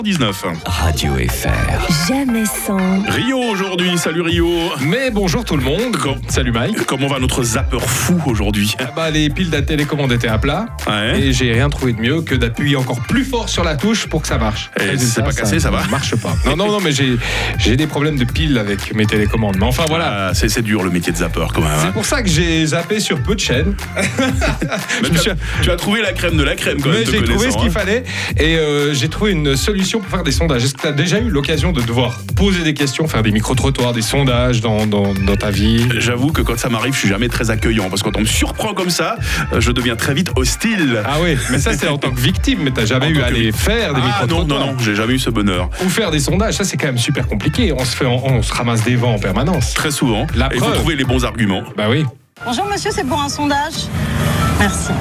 19. Radio FR. Jamais sans. Rio aujourd'hui, salut Rio. Mais bonjour tout le monde. Salut Mike. Comment va notre zapper fou aujourd'hui? Les piles de la télécommande étaient à plat. Ouais. Et j'ai rien trouvé de mieux que d'appuyer encore plus fort sur la touche pour que ça marche. Et c'est pas cassé, ça va? Marche pas. Non, mais j'ai des problèmes de piles avec mes télécommandes. Mais enfin voilà. Ah, c'est dur le métier de zapper quand même. C'est pour ça que j'ai zappé sur peu de chaînes. Tu as trouvé la crème de la crème quand même. Mais j'ai trouvé ce qu'il fallait et j'ai trouvé une solution pour faire des sondages. Est-ce que tu as déjà eu l'occasion de devoir poser des questions, faire des micro-trottoirs, des sondages dans ta vie? J'avoue que quand ça m'arrive, je suis jamais très accueillant parce que quand on me surprend comme ça, je deviens très vite hostile. Ah oui, mais ça c'est en tant que victime, mais t'as jamais eu à aller faire des micro-trottoirs? Non, j'ai jamais eu ce bonheur. Ou faire des sondages, ça c'est quand même super compliqué. On se ramasse des vents en permanence. Très souvent. La il faut preuve. trouver les bons arguments. Bah oui. Bonjour monsieur, c'est pour un sondage. Merci.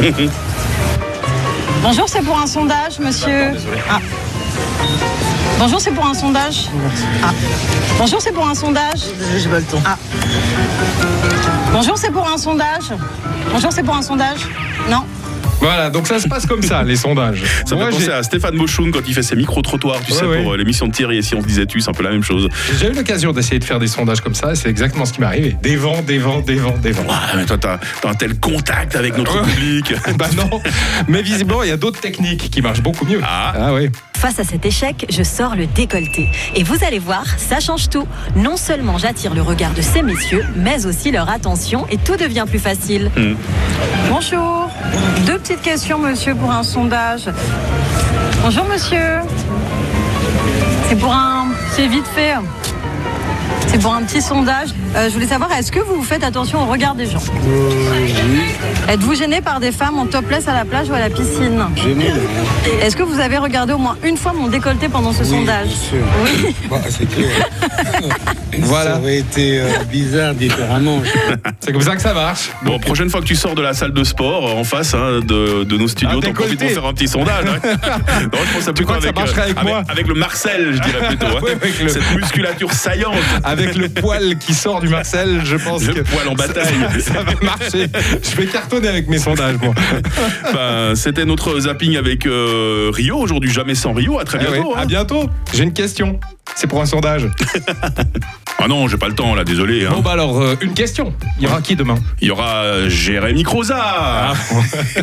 Bonjour, c'est pour un sondage, monsieur. Ah. Bonjour, c'est pour un sondage. Ah. Bonjour, c'est pour un sondage. J'ai pas le temps. Ah. Bonjour, c'est pour un sondage. Bonjour, c'est pour un sondage. Non. Voilà, donc ça se passe comme ça, les sondages. Ça me fait penser à Stéphane Mochoun quand il fait ses micro-trottoirs, tu sais, pour l'émission de Thierry et si on se disait tu, c'est un peu la même chose. J'ai eu l'occasion d'essayer de faire des sondages comme ça, et c'est exactement ce qui m'est arrivé. Des vents. Ouais, mais toi, t'as un tel contact avec notre public. Bah non, mais visiblement, il y a d'autres techniques qui marchent beaucoup mieux. Ah oui. Face à cet échec, je sors le décolleté. Et vous allez voir, ça change tout. Non seulement j'attire le regard de ces messieurs, mais aussi leur attention et tout devient plus facile. Bonjour. 2 petites questions, monsieur, pour un sondage. Bonjour, monsieur. C'est vite fait. C'est pour un petit sondage. Je voulais savoir, est-ce que vous faites attention au regard des gens? Oui. Êtes-vous gêné par des femmes en topless à la plage ou à la piscine? Gêné, Est-ce que vous avez regardé au moins une fois mon décolleté pendant ce sondage? Bien sûr. Oui. Bah, c'est clair. Voilà. Ça aurait été bizarre différemment. C'est comme ça que ça marche. Bon, prochaine fois que tu sors de la salle de sport en face de nos studios, t'en profites pour faire un petit sondage. Non, je pense Tu crois que ça marcherait avec moi? Avec le Marcel, je dirais plutôt. Ouais, avec cette musculature saillante. Avec le poil qui sort du Marcel, je pense le poil en bataille. Ça va marcher. Je vais cartonner avec mes sondages, moi. C'était notre zapping avec Rio. Aujourd'hui, jamais sans Rio. À très bientôt. À bientôt. J'ai une question. C'est pour un sondage. Ah non, j'ai pas le temps là, désolé. Bon, alors, une question. Il y aura qui demain? Il y aura Jérémy Croza.